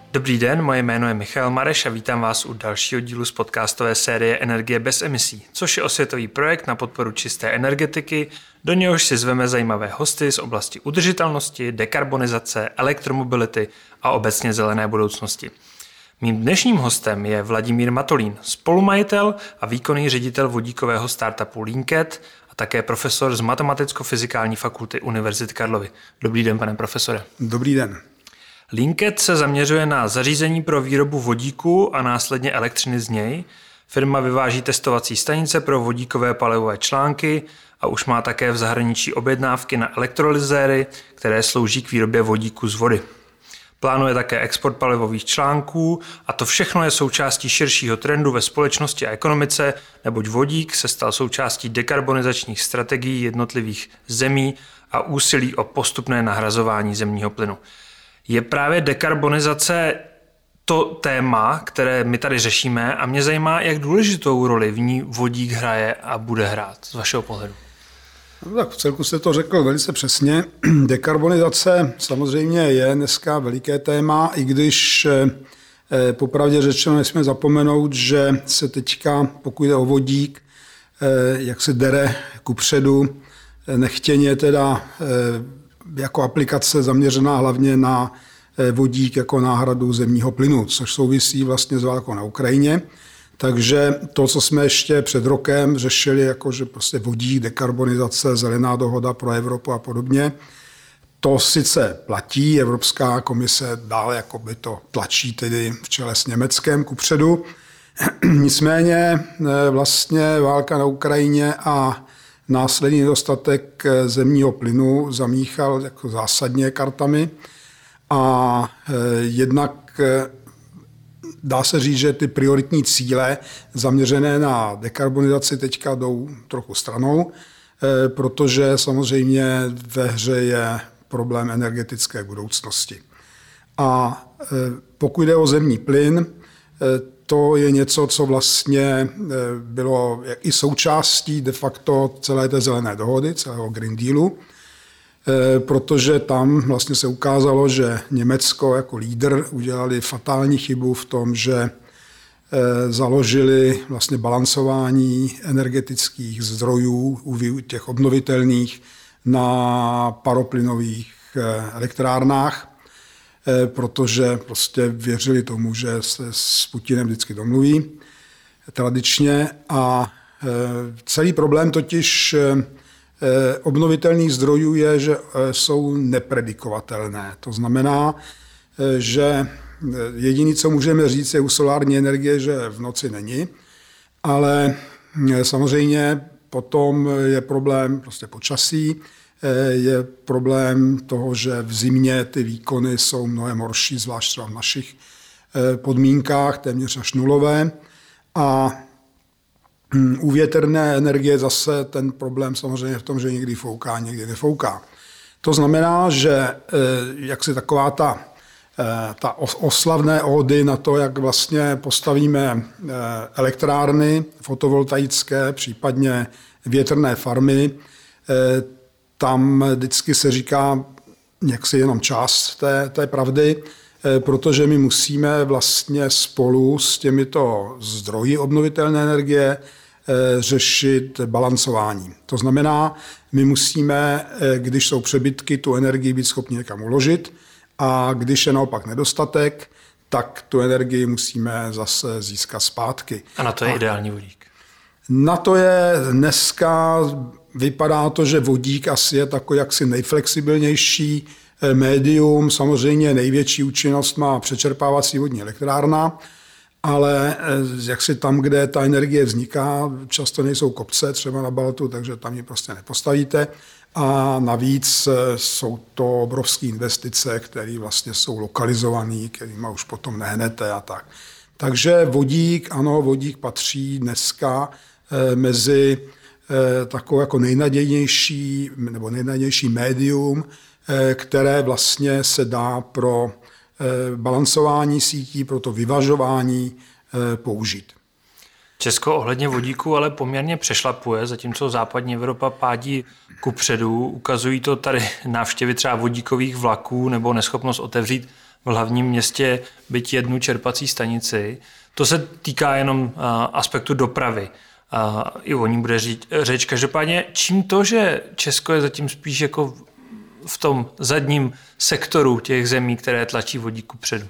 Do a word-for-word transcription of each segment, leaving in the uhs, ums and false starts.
Dobrý den, moje jméno je Michal Mareš a vítám vás u dalšího dílu z podcastové série Energie bez emisí, což je osvětový projekt na podporu čisté energetiky, do něhož si zveme zajímavé hosty z oblasti udržitelnosti, dekarbonizace, elektromobility a obecně zelené budoucnosti. Mým dnešním hostem je Vladimír Matolín, spolumajitel a výkonný ředitel vodíkového startupu Linket a také profesor z Matematicko-fyzikální fakulty Univerzity Karlovy. Dobrý den, pane profesore. Dobrý den. Linket se zaměřuje na zařízení pro výrobu vodíku a následně elektřiny z něj. Firma vyváží testovací stanice pro vodíkové palivové články a už má také v zahraničí objednávky na elektrolyzéry, které slouží k výrobě vodíku z vody. Plánuje také export palivových článků a to všechno je součástí širšího trendu ve společnosti a ekonomice, neboť vodík se stal součástí dekarbonizačních strategií jednotlivých zemí a úsilí o postupné nahrazování zemního plynu. Je právě dekarbonizace to téma, které my tady řešíme a mě zajímá, jak důležitou roli v ní vodík hraje a bude hrát z vašeho pohledu. No tak v celku jste to řekl velice přesně. Dekarbonizace samozřejmě je dneska veliké téma, i když eh, popravdě řečeno nesmíme zapomenout, že se teďka, pokud jde o vodík, eh, jak se dere kupředu, eh, nechtěně teda eh, jako aplikace zaměřená hlavně na vodík jako náhradu zemního plynu, což souvisí vlastně s válkou na Ukrajině. Takže to, co jsme ještě před rokem řešili, jako že prostě vodík, dekarbonizace, zelená dohoda pro Evropu a podobně, to sice platí, Evropská komise dále jakoby to tlačí tedy v čele s Německem kupředu. Nicméně vlastně válka na Ukrajině a následný nedostatek zemního plynu zamíchal jako zásadně kartami a jednak dá se říct, že ty prioritní cíle zaměřené na dekarbonizaci teďka jdou trochu stranou, protože samozřejmě ve hře je problém energetické budoucnosti. A pokud jde o zemní plyn, to je něco, co vlastně bylo i součástí de facto celé té zelené dohody, celého Green Dealu, protože tam vlastně se ukázalo, že Německo jako lídr udělali fatální chybu v tom, že založili vlastně balancování energetických zdrojů u těch obnovitelných na paroplynových elektrárnách, protože prostě věřili tomu, že se s Putinem vždycky domluví tradičně a celý problém totiž obnovitelných zdrojů je, že jsou nepredikovatelné. To znamená, že jediné, co můžeme říct, je u solární energie, že v noci není, ale samozřejmě potom je problém prostě počasí, je problém toho, že v zimě ty výkony jsou mnohem horší, zvlášť třeba v našich podmínkách, téměř až nulové. A u větrné energie zase ten problém samozřejmě v tom, že někdy fouká, někdy nefouká. To znamená, že jak si taková ta, ta oslavné ódy na to, jak vlastně postavíme elektrárny fotovoltaické, případně větrné farmy, tam vždycky se říká jaksi jenom část té, té pravdy, protože my musíme vlastně spolu s těmito zdroji obnovitelné energie řešit balancování. To znamená, my musíme, když jsou přebytky, tu energii být schopni někam uložit a když je naopak nedostatek, tak tu energii musíme zase získat zpátky. A na to je a ideální vodík. Na to je dneska, vypadá to, že vodík asi je takový jaksi nejflexibilnější médium. Samozřejmě největší účinnost má přečerpávací vodní elektrárna, ale jaksi tam, kde ta energie vzniká, často nejsou kopce, třeba na Baltu, takže tam ji prostě nepostavíte. A navíc jsou to obrovské investice, které vlastně jsou lokalizované, kterými už potom nehnete a tak. Takže vodík, ano, vodík patří dneska mezi takovou jako nejnadějnější nebo nejnadějnější médium, které vlastně se dá pro balancování sítí, pro to vyvažování použít. Česko ohledně vodíku ale poměrně přešlapuje, zatímco západní Evropa pádí kupředu. Ukazují to tady návštěvy třeba vodíkových vlaků nebo neschopnost otevřít v hlavním městě byť jednu čerpací stanici. To se týká jenom aspektu dopravy. I o ní bude řeč. Každopádně, čím to, že Česko je zatím spíš jako v tom zadním sektoru těch zemí, které tlačí vodík kupředu?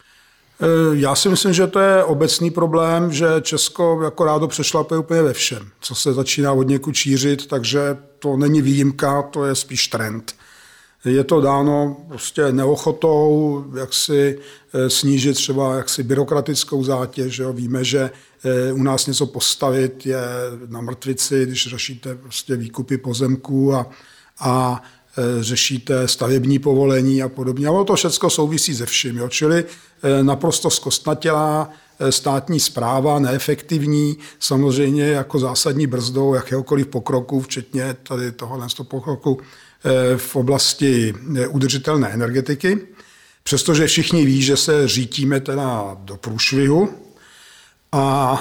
Já si myslím, že to je obecný problém, že Česko jako rádo přešlapuje úplně ve všem, co se začíná od někud šířit, takže to není výjimka, to je spíš trend. Je to dáno prostě neochotou, jak si snížit třeba jaksi byrokratickou zátěž. Jo. Víme, že u nás něco postavit je na mrtvici, když řešíte prostě výkupy pozemků a, a řešíte stavební povolení a podobně. A to všechno souvisí se vším. Jo. Čili naprosto zkostnatělá státní správa, neefektivní, samozřejmě jako zásadní brzdou jakéhokoliv pokroku, včetně tady tohohle pokroku v oblasti udržitelné energetiky. Přestože všichni ví, že se řítíme teda do průšvihu. A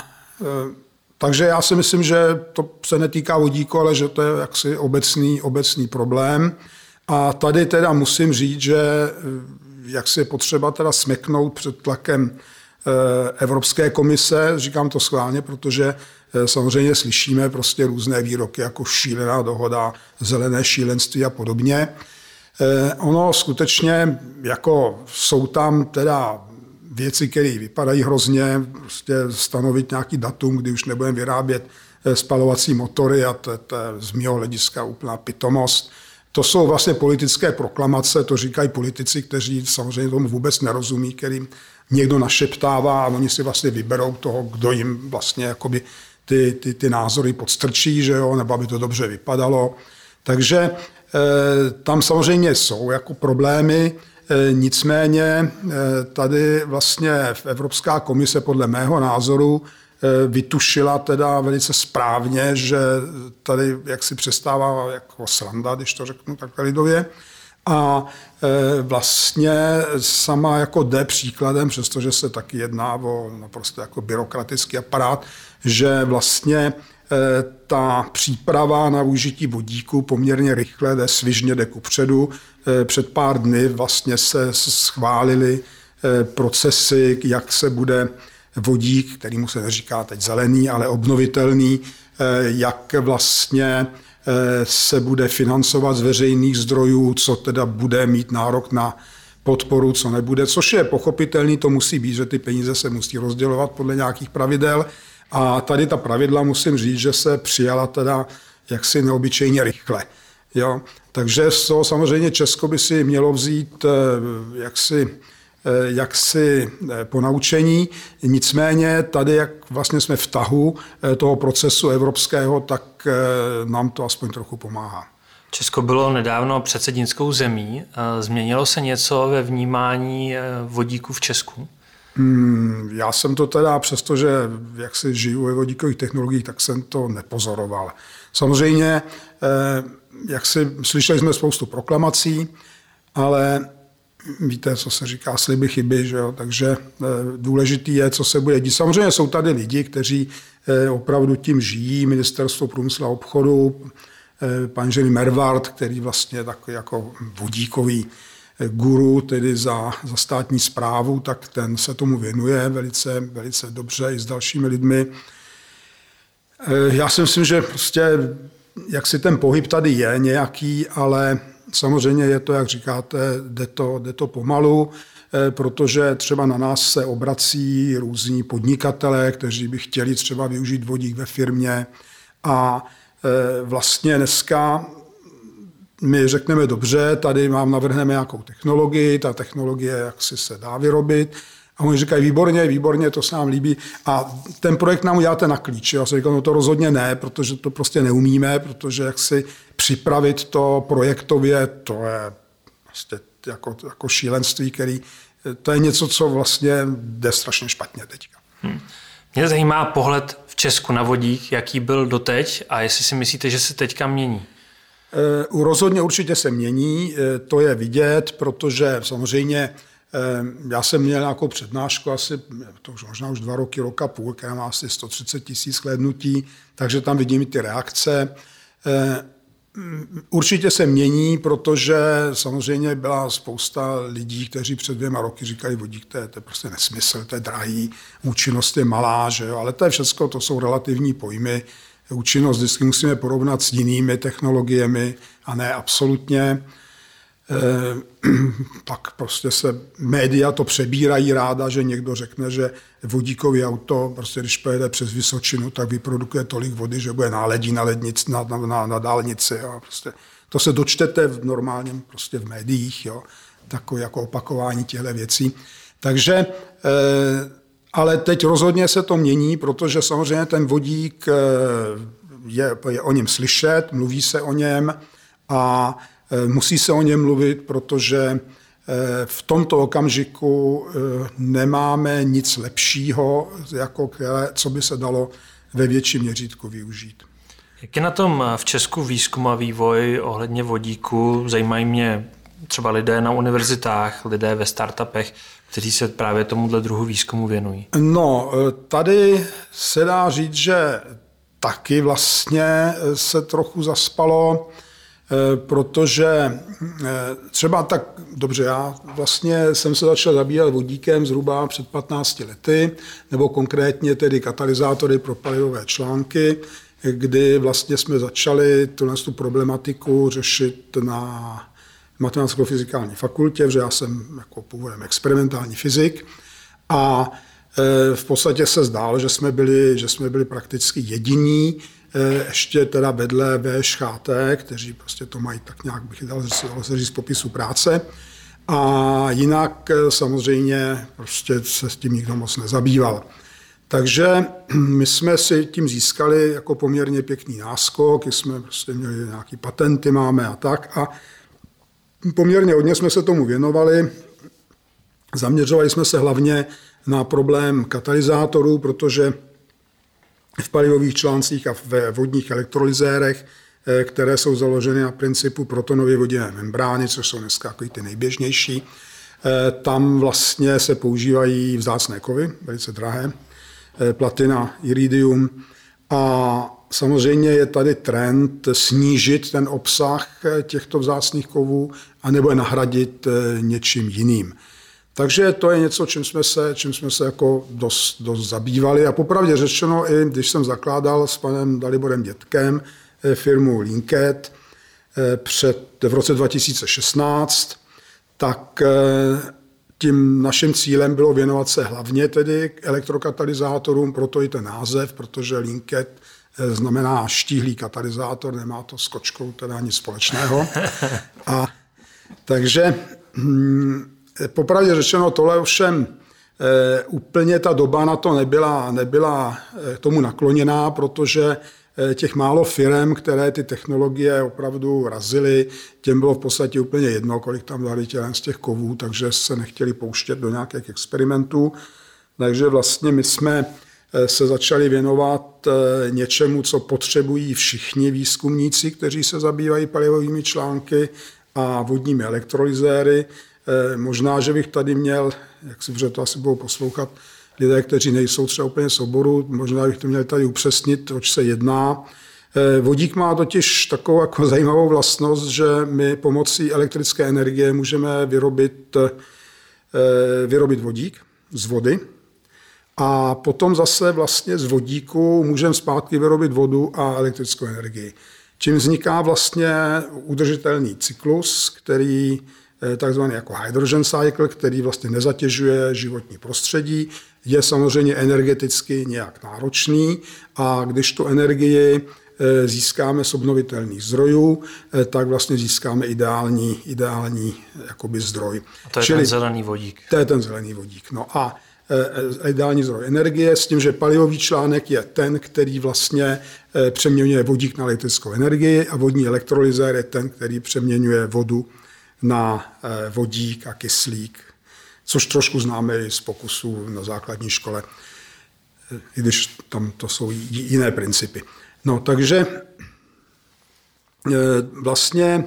takže já si myslím, že to se netýká vodíku, ale že to je jaksi obecný, obecný problém. A tady teda musím říct, že jak si je potřeba teda smeknout před tlakem Evropské komise, říkám to schválně, protože samozřejmě slyšíme prostě různé výroky jako šílená dohoda, zelené šílenství a podobně. Ono skutečně jako jsou tam teda věci, které vypadají hrozně, prostě stanovit nějaký datum, kdy už nebudeme vyrábět spalovací motory a to, to je z mého hlediska úplná pitomost. To jsou vlastně politické proklamace, to říkají politici, kteří samozřejmě tomu vůbec nerozumí, kterým někdo našeptává a oni si vlastně vyberou toho, kdo jim vlastně jakoby ty, ty, ty názory podstrčí, že jo, nebo aby to dobře vypadalo. Takže e, tam samozřejmě jsou jako problémy, e, nicméně e, tady vlastně Evropská komise podle mého názoru e, vytušila teda velice správně, že tady jaksi přestává jako sranda, když to řeknu takhle lidově, a e, vlastně sama jako jde příkladem, přestože se taky jedná o naprosto jako byrokratický aparát, že vlastně e, ta příprava na využití vodíku poměrně rychle jde, svižně jde kupředu. E, před pár dny vlastně se schválily e, procesy, jak se bude vodík, kterýmu se neříká teď zelený, ale obnovitelný, e, jak vlastně se bude financovat z veřejných zdrojů, co teda bude mít nárok na podporu, co nebude, což je pochopitelný, to musí být, že ty peníze se musí rozdělovat podle nějakých pravidel a tady ta pravidla musím říct, že se přijala teda jaksi neobyčejně rychle. Jo? Takže z toho samozřejmě Česko by si mělo vzít jaksi jaksi ponaučení. Nicméně tady, jak vlastně jsme v tahu toho procesu evropského, tak nám to aspoň trochu pomáhá. Česko bylo nedávno předsednickou zemí. Změnilo se něco ve vnímání vodíku v Česku? Hmm, já jsem to teda, přestože jak si žiju ve vodíkových technologiích, tak jsem to nepozoroval. Samozřejmě, jak si slyšeli jsme spoustu proklamací, ale víte, co se říká, sliby, chyby, že jo? Takže důležitý je, co se bude dít. Samozřejmě jsou tady lidi, kteří opravdu tím žijí, Ministerstvo průmyslu a obchodu, pan Ženy Mervart, který vlastně takový jako vodíkový guru, tedy za, za státní správu, tak ten se tomu věnuje velice, velice dobře i s dalšími lidmi. Já si myslím, že prostě jak si ten pohyb tady je nějaký, ale samozřejmě je to, jak říkáte, jde to, jde to pomalu, protože třeba na nás se obrací různí podnikatelé, kteří by chtěli třeba využít vodík ve firmě a vlastně dneska my řekneme dobře, tady vám navrhneme nějakou technologii, ta technologie jaksi se dá vyrobit a oni říkají výborně, výborně, to se nám líbí a ten projekt nám uděláte na klíč. Já jsem říkal, no to rozhodně ne, protože to prostě neumíme, protože jak si připravit to projektově, to je prostě jako, jako šílenství, který, to je něco, co vlastně jde strašně špatně teďka. Hmm. Mě zajímá pohled v Česku na vodík, jaký byl doteď a jestli si myslíte, že se teďka mění. Uh, rozhodně určitě se mění, to je vidět, protože samozřejmě já jsem měl nějakou přednášku, asi to už možná už dva roky, roka půl, která má asi sto třicet tisíc shlédnutí, takže tam vidím i ty reakce. Určitě se mění, protože samozřejmě byla spousta lidí, kteří před dvěma roky říkali, vodík, to je, to je prostě nesmysl, to je drahý, účinnost je malá, že jo? Ale to je všechno, to jsou relativní pojmy. Účinnost vždycky musíme porovnat s jinými technologiemi a ne absolutně. Tak prostě se média to přebírají ráda, že někdo řekne, že vodíkový auto, prostě když pojede přes Vysočinu, tak vyprodukuje tolik vody, že bude náledí na, lednic, na, na, na, na dálnici. Jo. Prostě to se dočtete v normálním prostě v médiích, jo. Takové jako opakování těchto věcí. Takže, ale teď rozhodně se to mění, protože samozřejmě ten vodík je, je o něm slyšet, mluví se o něm a musí se o něm mluvit, protože v tomto okamžiku nemáme nic lepšího, jako co by se dalo ve větším měřítku využít. Jak je na tom v Česku výzkum a vývoj ohledně vodíku? Zajímají mě třeba lidé na univerzitách, lidé ve startupech, kteří se právě tomuhle druhu výzkumu věnují. No, tady se dá říct, že taky vlastně se trochu zaspalo, protože třeba tak, dobře, já vlastně jsem se začal zabývat vodíkem zhruba před patnácti lety, nebo konkrétně tedy katalyzátory pro palivové články, kdy vlastně jsme začali tu problematiku řešit na matematicko-fyzikální fakultě, protože já jsem jako původem experimentální fyzik a v podstatě se zdálo, že jsme byli, že jsme byli prakticky jediní, ještě teda vedle V Š Ch T, kteří prostě to mají tak nějak, bych dal říct z popisu práce. A jinak samozřejmě prostě se s tím nikdo moc nezabýval. Takže my jsme si tím získali jako poměrně pěkný náskok, jsme prostě měli nějaký patenty, máme a tak. A poměrně hodně jsme se tomu věnovali. Zaměřovali jsme se hlavně na problém katalyzátorů, protože v palivových článcích a ve vodních elektrolyzérech, které jsou založeny na principu protonově vodivé membrány, což jsou dneska jako ty nejběžnější, tam vlastně se používají vzácné kovy, velice drahé, platina, iridium. A samozřejmě je tady trend snížit ten obsah těchto vzácných kovů anebo je nahradit něčím jiným. Takže to je něco, čím jsme se, čím jsme se jako dost, dost zabývali. A popravdě řečeno, i když jsem zakládal s panem Daliborem Dětkem firmu Linket před, v roce dva tisíce šestnáct, tak tím naším cílem bylo věnovat se hlavně tedy elektrokatalyzátorům, proto i ten název, protože Linket znamená štíhlý katalyzátor, nemá to s kočkou teda nic společného. A takže hm, popravdě řečeno, tohle ovšem e, úplně ta doba na to nebyla, nebyla e, tomu nakloněná, protože e, těch málo firem, které ty technologie opravdu razily, těm bylo v podstatě úplně jedno, kolik tam dali tělen z těch kovů, takže se nechtěli pouštět do nějakých experimentů. Takže vlastně my jsme e, se začali věnovat e, něčemu, co potřebují všichni výzkumníci, kteří se zabývají palivovými články a vodními elektrolyzéry. Možná, že bych tady měl, jak si to asi budou poslouchat lidé, kteří nejsou třeba úplně z oboru, možná bych to měl tady upřesnit, oč se jedná. Vodík má totiž takovou jako zajímavou vlastnost, že my pomocí elektrické energie můžeme vyrobit, vyrobit vodík z vody a potom zase vlastně z vodíku můžeme zpátky vyrobit vodu a elektrickou energii. Čím vzniká vlastně udržitelný cyklus, který takzvaný jako hydrogen cycle, který vlastně nezatěžuje životní prostředí, je samozřejmě energeticky nějak náročný a když tu energii získáme z obnovitelných zdrojů, tak vlastně získáme ideální, ideální jakoby zdroj. A to je Čili, ten zelený vodík. To je ten zelený vodík. No a ideální zdroj energie s tím, že palivový článek je ten, který vlastně přeměňuje vodík na elektrickou energii a vodní elektrolyzér je ten, který přeměňuje vodu na vodík a kyslík, což trošku známe i z pokusů na základní škole, i když tam to jsou jiné principy. No, takže vlastně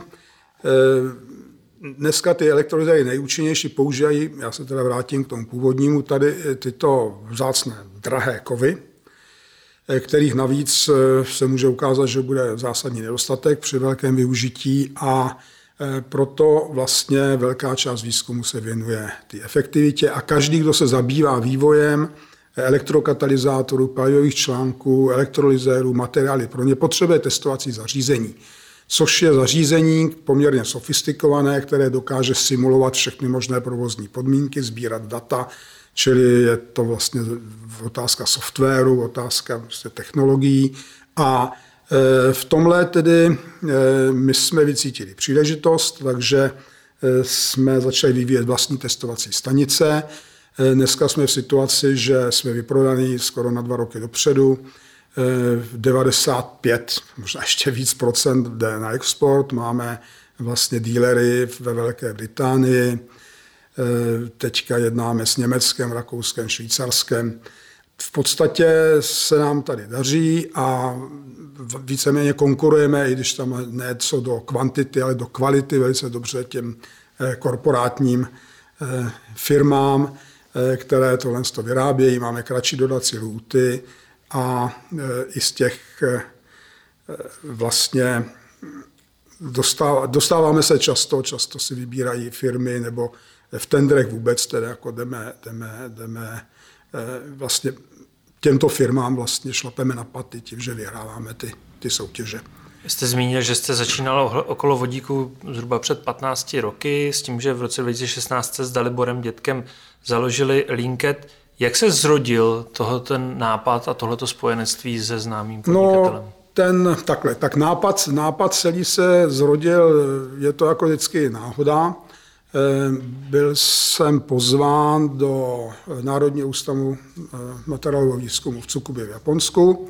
dneska ty elektrolyzéry nejúčinnější používají, já se teda vrátím k tomu původnímu, tady tyto vzácné drahé kovy, kterých navíc se může ukázat, že bude zásadní nedostatek při velkém využití a proto vlastně velká část výzkumu se věnuje té efektivitě a každý, kdo se zabývá vývojem elektrokatalyzátorů, palivových článků, elektrolyzérů, materiály pro ně potřebuje testovací zařízení, což je zařízení poměrně sofistikované, které dokáže simulovat všechny možné provozní podmínky, sbírat data, čili je to vlastně otázka softwaru, otázka vlastně technologií a v tomhle tedy my jsme vycítili příležitost, takže jsme začali vyvíjet vlastní testovací stanice. Dneska jsme v situaci, že jsme vyprodaní skoro na dva roky dopředu. devadesát pět, možná ještě víc procent jde na export. Máme vlastně dílery ve Velké Británii. Teďka jednáme s Německem, Rakouskem, Švýcarskem. V podstatě se nám tady daří a víceméně konkurujeme, i když tam ne co do kvantity, ale do kvality velice dobře těm korporátním firmám, které tohle vyrábějí. Máme kratší dodací lhůty a i z těch vlastně dostáváme se často, často si vybírají firmy nebo v tendrech vůbec tedy jako jdeme, jdeme, jdeme vlastně těmto firmám vlastně šlapeme na paty tím, že vyhráváme ty, ty soutěže. Jste zmínil, že jste začínal okolo vodíku zhruba před patnácti roky s tím, že v roce dva tisíce šestnáct s Daliborem Dětkem založili LeanCat. Jak se zrodil toho ten nápad a tohleto spojenectví se známým podnikatelem? No, ten takhle, tak nápad, nápad celý se zrodil, je to jako vždycky náhoda. Byl jsem pozván do Národního ústavu materiálového výzkumu v Tsukubě v Japonsku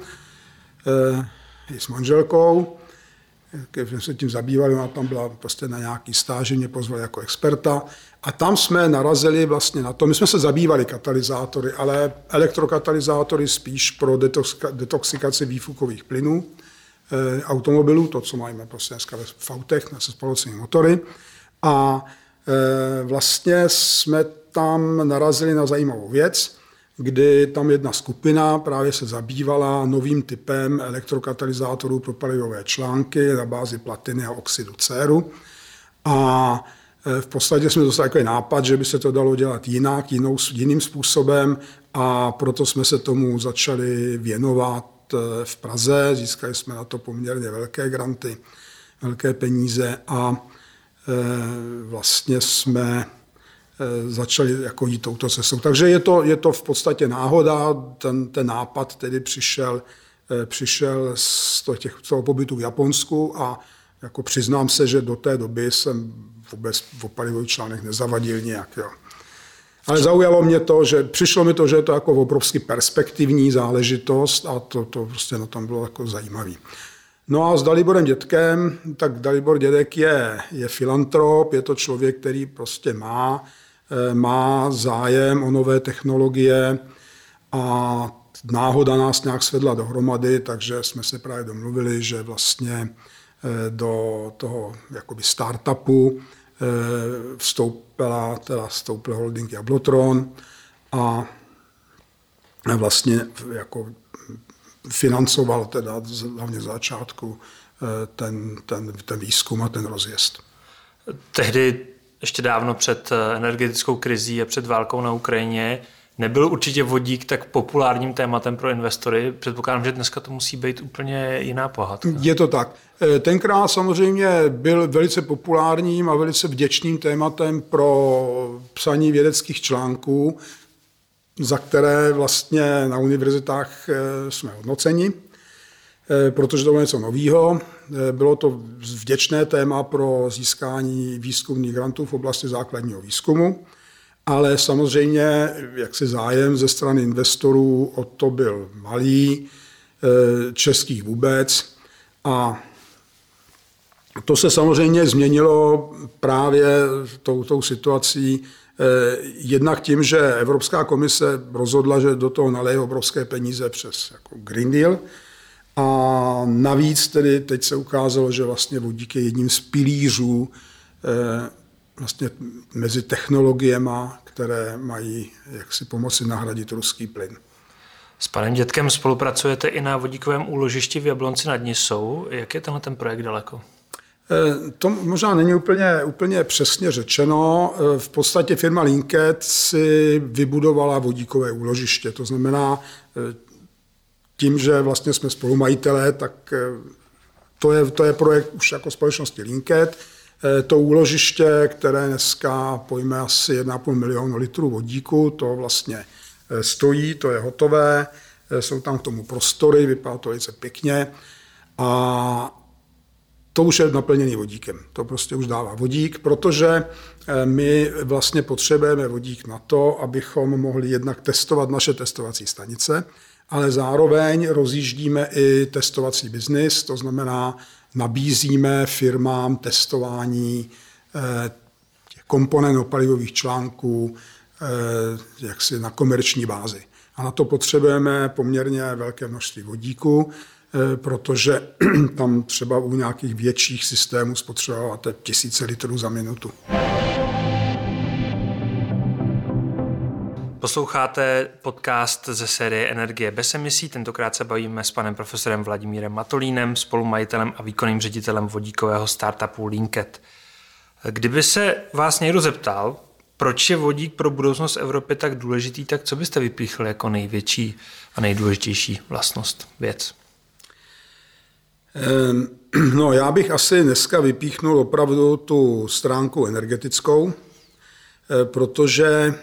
i s manželkou. Když jsme se tím zabývali, ona tam byla prostě na nějaký stáži, mě pozvali jako experta. A tam jsme narazili vlastně na to, my jsme se zabývali katalyzátory, ale elektrokatalyzátory spíš pro detoxikaci výfukových plynů automobilů, to, co máme prostě dneska v autech, se spalovacími motory. A vlastně jsme tam narazili na zajímavou věc, kdy tam jedna skupina právě se zabývala novým typem elektrokatalyzátorů pro palivové články na bázi platiny a oxidu céru. A v podstatě jsme dostali takový nápad, že by se to dalo dělat jinak, jinou, jiným způsobem a proto jsme se tomu začali věnovat v Praze. Získali jsme na to poměrně velké granty, velké peníze a vlastně jsme začali jako jít touto cestou. Takže je to, je to v podstatě náhoda, ten, ten nápad tedy přišel, přišel z toho, těch, z toho pobytu v Japonsku a jako přiznám se, že do té doby jsem vůbec v palivových článek nezavadil nějak. Jo. Ale zaujalo mě to, že přišlo mi to, že je to jako obrovsky perspektivní záležitost a to, to prostě na tom bylo jako zajímavý. No a s Daliborem Dětkem, tak Dalibor Dědek je, je filantrop, je to člověk, který prostě má, má zájem o nové technologie a náhoda nás nějak svedla dohromady, takže jsme se právě domluvili, že vlastně do toho jakoby startupu vstoupila, teda vstoupil holding Jablotron a vlastně jako financoval teda hlavně z začátku ten, ten, ten výzkum a ten rozjezd. Tehdy ještě dávno před energetickou krizí a před válkou na Ukrajině nebyl určitě vodík tak populárním tématem pro investory. Předpokládám, že dneska to musí být úplně jiná pohádka. Je to tak. Tenkrát samozřejmě byl velice populárním a velice vděčným tématem pro psaní vědeckých článků, za které vlastně na univerzitách jsme hodnoceni, protože to bylo něco nového. Bylo to vděčné téma pro získání výzkumných grantů v oblasti základního výzkumu, ale samozřejmě jaksi zájem ze strany investorů o to byl malý, českých vůbec. A to se samozřejmě změnilo právě tou, tou situací, jednak tím, že Evropská komise rozhodla, že do toho naleje obrovské peníze přes jako Green Deal a navíc tedy teď se ukázalo, že vlastně vodík je jedním z pilířů vlastně mezi technologiemi, které mají jaksi pomoci nahradit ruský plyn. S panem Dětkem spolupracujete i na vodíkovém úložišti v Jablonci nad Nisou. Jak je tenhle ten projekt daleko? To možná není úplně, úplně přesně řečeno. V podstatě firma Linked si vybudovala vodíkové úložiště. To znamená, tím, že vlastně jsme spolumajitelé, tak to je, to je projekt už jako společnosti Linked. To úložiště, které dneska pojme asi jedna celá pět milionu litrů vodíku, to vlastně stojí, to je hotové, jsou tam k tomu prostory, vypadá to velice pěkně a to už je naplněný vodíkem. To prostě už dává vodík, protože my vlastně potřebujeme vodík na to, abychom mohli jednak testovat naše testovací stanice, ale zároveň rozjíždíme i testovací biznis, to znamená, nabízíme firmám testování těch komponent palivových článků jaksi na komerční bázi. A na to potřebujeme poměrně velké množství vodíku, protože tam třeba u nějakých větších systémů spotřebováváte tisíce litrů za minutu. Posloucháte podcast ze série Energie bez emisí. Tentokrát se bavíme s panem profesorem Vladimírem Matolínem, spolumajitelem a výkonným ředitelem vodíkového startupu Linked. Kdyby se vás někdo zeptal, proč je vodík pro budoucnost Evropy tak důležitý, tak co byste vypíchl jako největší a nejdůležitější vlastnost, věc? No, já bych asi dneska vypíchnul opravdu tu stránku energetickou, protože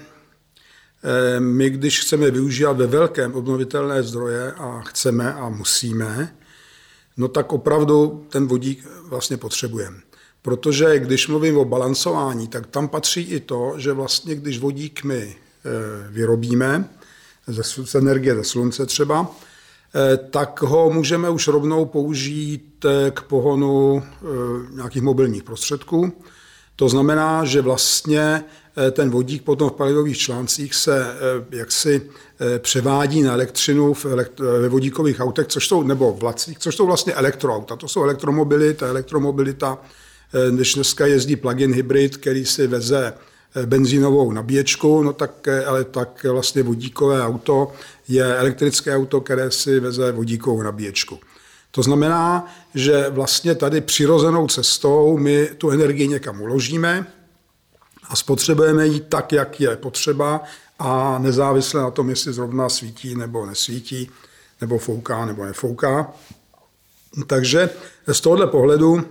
my, když chceme využívat ve velkém obnovitelné zdroje a chceme a musíme, no tak opravdu ten vodík vlastně potřebujeme. Protože když mluvím o balancování, tak tam patří i to, že vlastně když vodík my vyrobíme, z energie ze slunce třeba, tak ho můžeme už rovnou použít k pohonu nějakých mobilních prostředků. To znamená, že vlastně ten vodík potom v palivových článcích se jaksi převádí na elektřinu ve vodíkových autech, což jsou, nebo vlacích, což jsou vlastně elektroauta. To jsou elektromobily, ta elektromobilita, když dneska jezdí plug-in hybrid, který si veze benzínovou nabíječku, no tak, ale tak vlastně vodíkové auto je elektrické auto, které si veze vodíkovou nabíječku. To znamená, že vlastně tady přirozenou cestou my tu energii někam uložíme a spotřebujeme ji tak, jak je potřeba a nezávisle na tom, jestli zrovna svítí nebo nesvítí, nebo fouká nebo nefouká. Takže z tohohle pohledu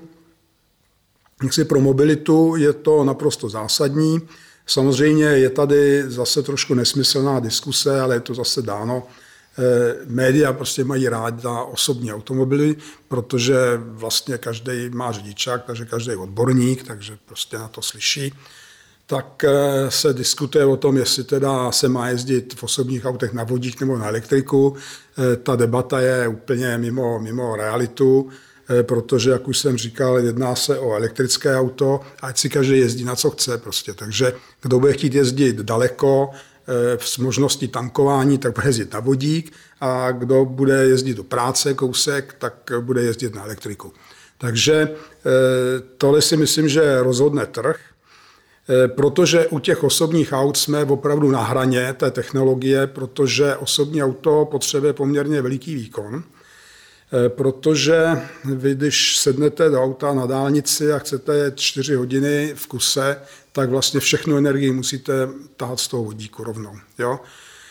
jaksi pro mobilitu je to naprosto zásadní. Samozřejmě je tady zase trošku nesmyslná diskuse, ale je to zase dáno. Média prostě mají ráda osobní automobily, protože vlastně každý má řidičák, takže každý je odborník, takže prostě na to slyší. Tak se diskutuje o tom, jestli teda se má jezdit v osobních autech na vodík nebo na elektriku. Ta debata je úplně mimo, mimo realitu, protože, jak už jsem říkal, jedná se o elektrické auto, ať si každý jezdí na co chce prostě. Takže kdo bude chtít jezdit daleko s možností tankování, tak bude jezdit na vodík a kdo bude jezdit do práce kousek, tak bude jezdit na elektriku. Takže tohle si myslím, že rozhodne trh, protože u těch osobních aut jsme opravdu na hraně té technologie, protože osobní auto potřebuje poměrně veliký výkon, protože vy, když sednete do auta na dálnici a chcete jet čtyři hodiny v kuse, tak vlastně všechnu energii musíte tahat z toho vodíku rovnou. Jo?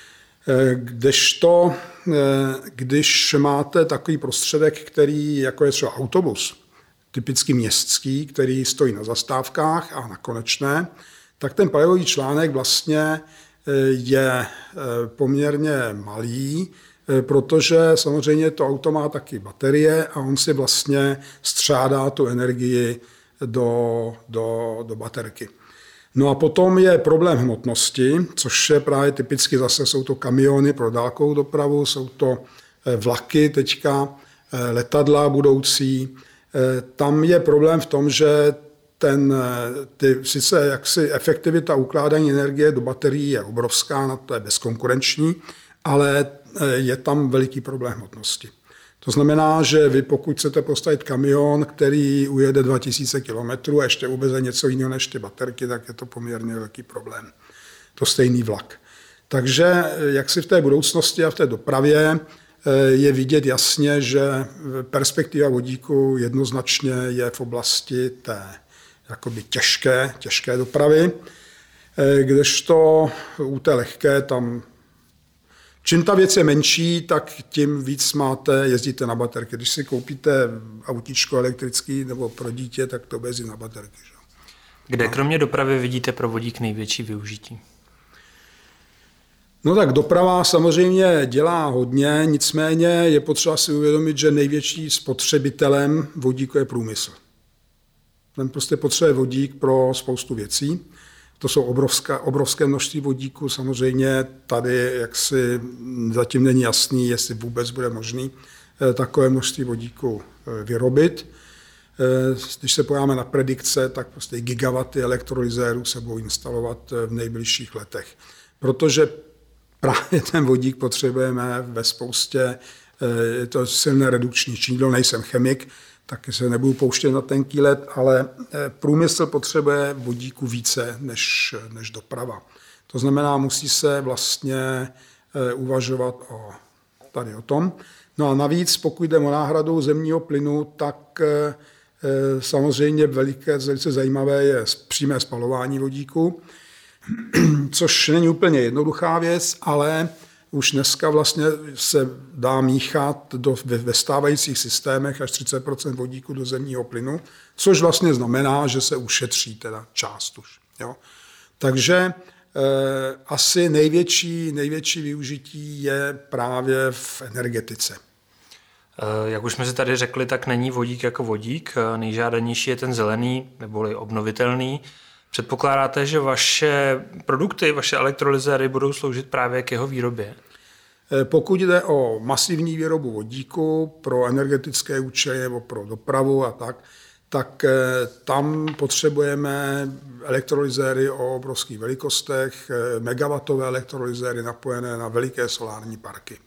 Kdežto, když máte takový prostředek, který jako je třeba autobus, typicky městský, který stojí na zastávkách a na konečné, tak ten palivový článek vlastně je poměrně malý, protože samozřejmě to auto má taky baterie a on si vlastně střádá tu energii do, do, do baterky. No a potom je problém hmotnosti, což je právě typicky zase jsou to kamiony pro dálkovou dopravu, jsou to vlaky teďka, letadla budoucí. Tam je problém v tom, že ten, ty, sice jaksi efektivita ukládání energie do baterií je obrovská, na to je bezkonkurenční, ale je tam veliký problém hmotnosti. To znamená, že vy pokud chcete postavit kamion, který ujede dva tisíce kilometrů a ještě uveze něco jiného než ty baterky, tak je to poměrně velký problém. To stejný vlak. Takže jak si v té budoucnosti a v té dopravě je vidět jasně, že perspektiva vodíku jednoznačně je v oblasti té jakoby těžké, těžké dopravy, kdežto u té lehké tam čím ta věc je menší, tak tím víc máte, jezdíte na baterky. Když si koupíte autíčko elektrický nebo pro dítě, tak to jezdí na baterky. Že? Kde no. Kromě dopravy vidíte pro vodík největší využití? No tak doprava samozřejmě dělá hodně, nicméně je potřeba si uvědomit, že největší spotřebitelem vodíku je průmysl. Ten prostě potřebuje vodík pro spoustu věcí. To jsou obrovské, obrovské množství vodíku. Samozřejmě tady jaksi zatím není jasný, jestli vůbec bude možný takové množství vodíku vyrobit. Když se podíváme na predikce, tak prostě gigawaty elektrolyzérů se budou instalovat v nejbližších letech. Protože právě ten vodík potřebujeme ve spoustě, je to silné redukční činidlo, nejsem chemik, taky se nebudu pouštět na tenký led, ale průmysl potřebuje vodíku více než, než doprava. To znamená, musí se vlastně uvažovat o, tady o tom. No a navíc, pokud jde o náhradu zemního plynu, tak samozřejmě veliké, velice zajímavé je přímé spalování vodíku, což není úplně jednoduchá věc, ale už dneska vlastně se dá míchat do, ve stávajících systémech až třicet procent vodíku do zemního plynu, což vlastně znamená, že se ušetří teda část už. Jo. Takže eh, asi největší, největší využití je právě v energetice. Jak už jsme si tady řekli, tak není vodík jako vodík. Nejžádanější je ten zelený neboli obnovitelný. Předpokládáte, že vaše produkty, vaše elektrolyzéry budou sloužit právě k jeho výrobě? Pokud jde o masivní výrobu vodíku pro energetické účely nebo pro dopravu a tak, tak tam potřebujeme elektrolyzéry o obrovských velikostech, megawattové elektrolyzéry napojené na veliké solární parky.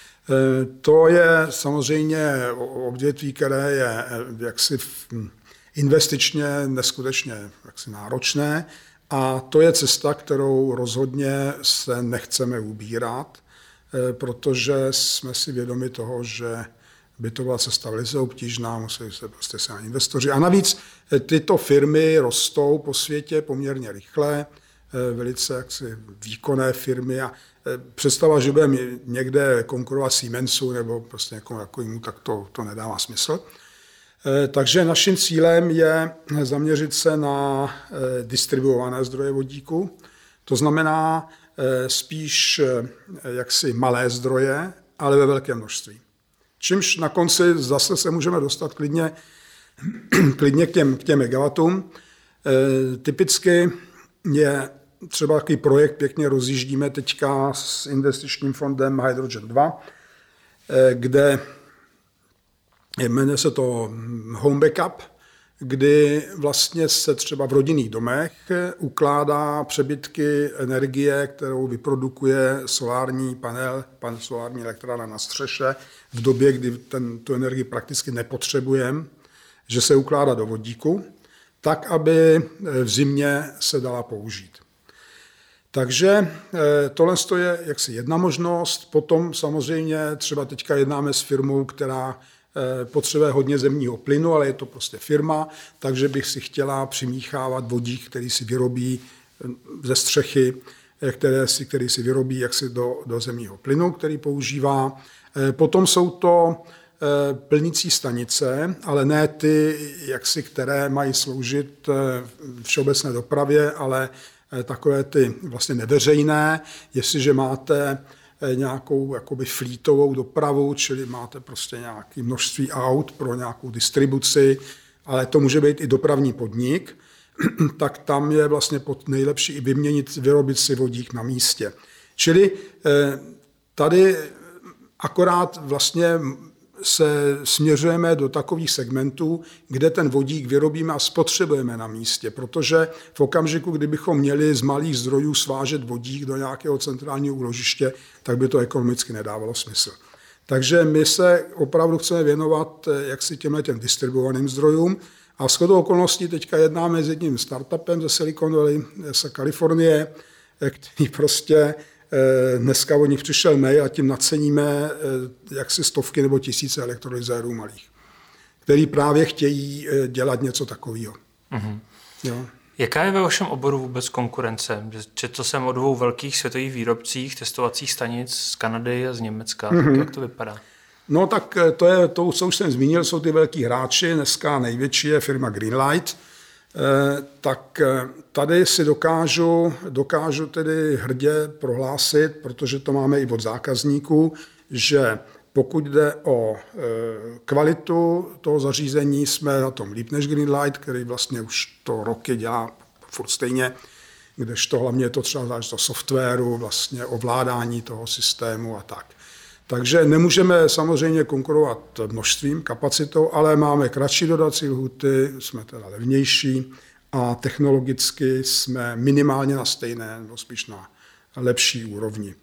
To je samozřejmě odvětví, které je jaksi investičně neskutečně jaksi náročné a to je cesta, kterou rozhodně se nechceme ubírat, protože jsme si vědomi toho, že by to byla cesta velice obtížná, museli se prostě se investoři. A navíc tyto firmy rostou po světě poměrně rychle, velice jaksi výkonné firmy a představa, že budeme někde konkurovat Siemensu nebo prostě někomu takovému, tak to, to nedává smysl. Takže naším cílem je zaměřit se na distribuované zdroje vodíku, to znamená spíš jaksi malé zdroje, ale ve velkém množství. Čímž na konci zase se můžeme dostat klidně, klidně k těm, k těm megawatům. Typicky je třeba takový projekt, pěkně rozjíždíme teďka s investičním fondem Hydrogen dva, kde jmenuje se to Home Backup, kdy vlastně se třeba v rodinných domech ukládá přebytky energie, kterou vyprodukuje solární panel, pan solární elektrárna na střeše v době, kdy ten, tu energii prakticky nepotřebujeme, že se ukládá do vodíku, tak, aby v zimě se dala použít. Takže tohle je jaksi jedna možnost. Potom samozřejmě třeba teďka jednáme s firmou, která potřebuje hodně zemního plynu, ale je to prostě firma, takže bych si chtěla přimíchávat vodík, který si vyrobí ze střechy, které si, který si vyrobí jaksi do, do zemního plynu, který používá. Potom jsou to plnicí stanice, ale ne ty, jaksi, které mají sloužit všeobecné dopravě, ale takové ty vlastně neveřejné, jestliže máte nějakou jakoby flítovou dopravu, čili máte prostě nějaké množství aut pro nějakou distribuci, ale to může být i dopravní podnik, tak tam je vlastně pod nejlepší i vyměnit, vyrobit si vodík na místě. Čili tady akorát vlastně se směřujeme do takových segmentů, kde ten vodík vyrobíme a spotřebujeme na místě, protože v okamžiku, kdybychom měli z malých zdrojů svážet vodík do nějakého centrálního úložiště, tak by to ekonomicky nedávalo smysl. Takže my se opravdu chceme věnovat jaksi těmhle těm distribuovaným zdrojům a shodou okolností teďka jednáme s jedním startupem ze Silicon Valley, z Kalifornie, který prostě dneska od nich přišel mail a tím naceníme jaksi stovky nebo tisíce elektrolyzérů malých, který právě chtějí dělat něco takového. Mm-hmm. Jo. Jaká je ve vašem oboru vůbec konkurence? Četl jsem o dvou velkých světových výrobcích testovacích stanic z Kanady a z Německa. Mm-hmm. Jak to vypadá? No tak to je, to, co už jsem zmínil, jsou ty velký hráči. Dneska největší je firma Greenlight. Eh, tak tady si dokážu, dokážu tedy hrdě prohlásit, protože to máme i od zákazníků, že pokud jde o e, kvalitu toho zařízení, jsme na tom líp než Greenlight, který vlastně už to roky dělá furt stejně, kdežto hlavně je to třeba záležitost softwaru, vlastně ovládání toho systému a tak. Takže nemůžeme samozřejmě konkurovat množstvím, kapacitou, ale máme kratší dodací lhuty, jsme teda levnější a technologicky jsme minimálně na stejné, nebo spíš na lepší úrovni.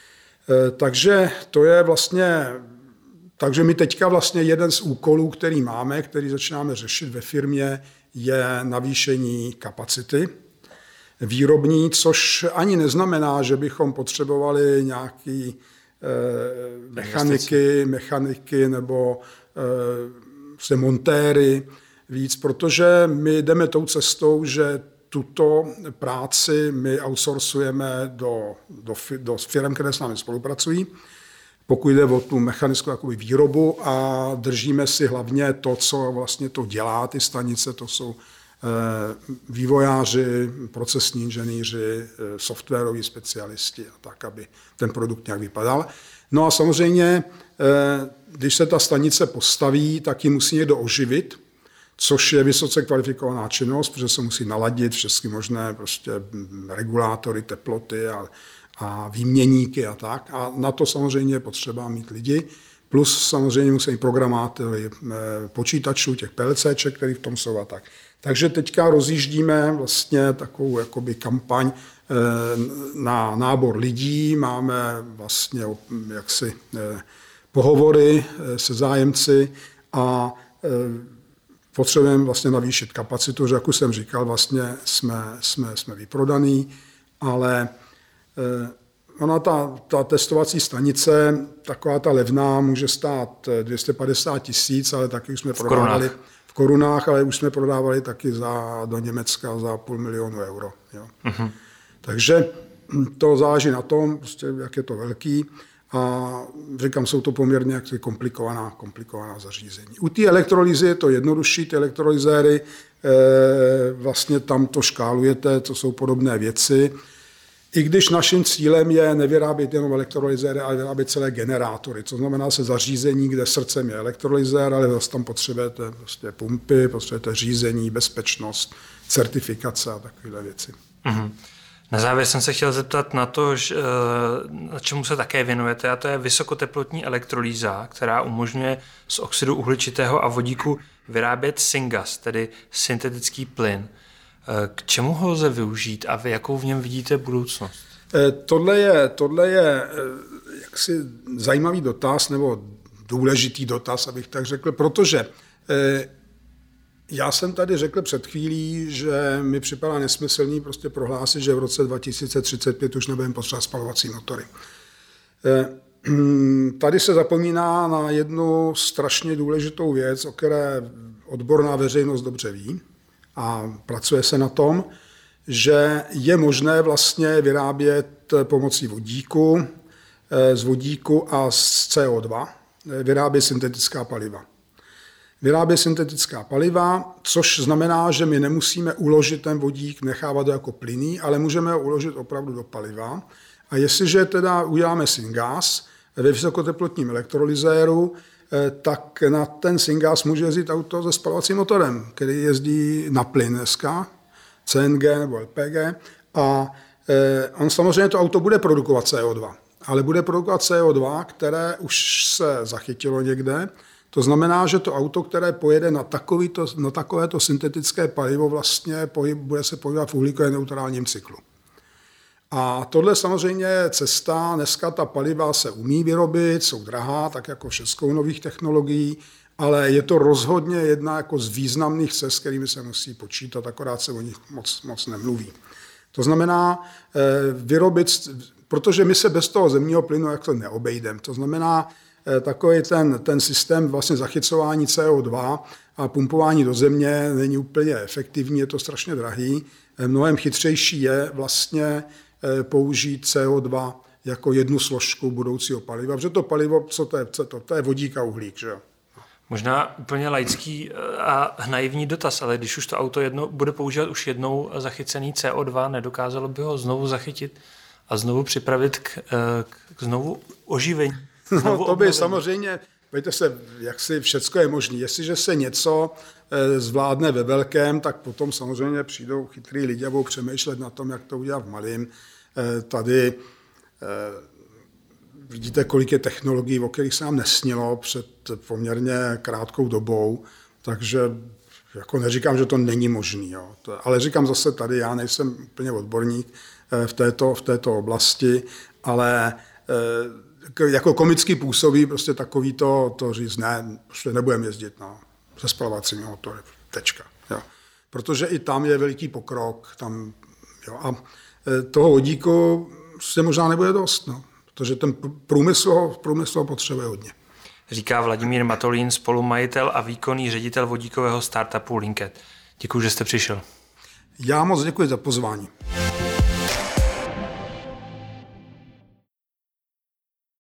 Takže to je vlastně, takže my teďka vlastně jeden z úkolů, který máme, který začínáme řešit ve firmě, je navýšení kapacity výrobní, což ani neznamená, že bychom potřebovali nějaký eh, mechaniky, mechaniky nebo eh, montéry víc, protože my jdeme tou cestou, že tuto práci my outsourcujeme do, do, do firm, které s námi spolupracují, pokud jde o tu mechanickou jakoby výrobu a držíme si hlavně to, co vlastně to dělá ty stanice, to jsou eh, vývojáři, procesní inženýři, eh, softwaroví specialisti a tak, aby ten produkt nějak vypadal. No a samozřejmě, eh, když se ta stanice postaví, tak ji musí někdo oživit, což je vysoce kvalifikovaná činnost, protože se musí naladit všechny možné prostě regulátory, teploty a, a výměníky a tak. A na to samozřejmě je potřeba mít lidi. Plus samozřejmě musí mít programátory počítačů, těch PLCček, které v tom jsou a tak. Takže teďka rozjíždíme vlastně takovou jakoby kampaň na nábor lidí. Máme vlastně jaksi pohovory se zájemci a potřebujeme vlastně navýšit kapacitu, že jak už jsem říkal, vlastně jsme, jsme, jsme vyprodaný, ale eh, ona ta, ta testovací stanice, taková ta levná, může stát dvě stě padesát tisíc, ale taky už jsme v prodávali korunách. v korunách, ale už jsme prodávali taky za, do Německa za půl milionu euro. Jo. Uh-huh. Takže to záleží na tom, prostě, jak je to velký. A říkám, jsou to poměrně jaksi komplikovaná, komplikovaná zařízení. U té elektrolyzy je to jednodušší, ty elektrolyzéry, e, vlastně tam to škálujete, to jsou podobné věci. I když naším cílem je nevyrábět jenom elektrolyzéry, ale vyrábět celé generátory, co znamená se zařízení, kde srdcem je elektrolyzér, ale zase tam potřebujete prostě pumpy, potřebujete řízení, bezpečnost, certifikace a takovéhle věci. Mm-hmm. Na závěr jsem se chtěl zeptat na to, že, na čemu se také věnujete, a to je vysokoteplotní elektrolýza, která umožňuje z oxidu uhličitého a vodíku vyrábět syngas, tedy syntetický plyn. K čemu ho lze využít a vy jakou v něm vidíte budoucnost? Tohle je, tohle je jaksi zajímavý dotaz, nebo důležitý dotaz, abych tak řekl, protože já jsem tady řekl před chvílí, že mi připadá nesmyslný prostě prohlásit, že v roce dva tisíce třicet pět už nebudeme potřebovat spalovací motory. Tady se zapomíná na jednu strašně důležitou věc, o které odborná veřejnost dobře ví a pracuje se na tom, že je možné vlastně vyrábět pomocí vodíku, z vodíku a z C O dva, vyrábět syntetická paliva. Vyrábět syntetická paliva, což znamená, že my nemusíme uložit ten vodík, nechávat ho jako plynný, ale můžeme ho uložit opravdu do paliva. A jestliže teda uděláme syngas ve vysokoteplotním elektrolyzéru, tak na ten syngas může jezdit auto se spalovacím motorem, který jezdí na plyn dneska, C N G nebo L P G. A on samozřejmě to auto bude produkovat C O dva, ale bude produkovat C O dva, které už se zachytilo někde. To znamená, že to auto, které pojede na, takovýto, na takovéto syntetické palivo, vlastně pohyb, bude se pohybovat v uhlíkově neutrálním cyklu. A tohle samozřejmě je cesta. Dneska ta paliva se umí vyrobit, jsou drahá, tak jako všechno nových technologií, ale je to rozhodně jedna jako z významných cest, kterými se musí počítat, akorát se o nich moc, moc nemluví. To znamená, vyrobit protože my se bez toho zemního plynu jako neobejdeme. To znamená, takový ten, ten systém vlastně zachycování C O dva a pumpování do země není úplně efektivní, je to strašně drahý. Mnohem chytřejší je vlastně použít C O dva jako jednu složku budoucího paliva, protože to palivo, co to je, co to, to je vodík a uhlík, že jo. Možná úplně laický a naivní dotaz, ale když už to auto jedno, bude používat už jednou zachycený C O dva, nedokázalo by ho znovu zachytit a znovu připravit k, k znovu oživení? No, to by obnovení. Samozřejmě, pojďte se, jak si všecko je možné. Jestliže se něco zvládne ve velkém, tak potom samozřejmě přijdou chytrý lidi a budou přemýšlet na tom, jak to udělat v malém. Tady vidíte, kolik je technologií, o kterých se nám nesnilo před poměrně krátkou dobou, takže jako neříkám, že to není možný, jo. Ale říkám zase tady, já nejsem úplně odborník v této, v této oblasti, ale jako komicky působí prostě takový to, to říct, ne, prostě nebudeme jezdit na se spalovacími motory, tečka. Jo. Protože i tam je veliký pokrok, tam, jo, a toho vodíku se možná nebude dost, no, protože ten průmysl ho, průmysl ho potřebuje hodně. Říká Vladimír Matolín, spolumajitel a výkonný ředitel vodíkového startupu Linked. Děkuji, že jste přišel. Já moc děkuji za pozvání.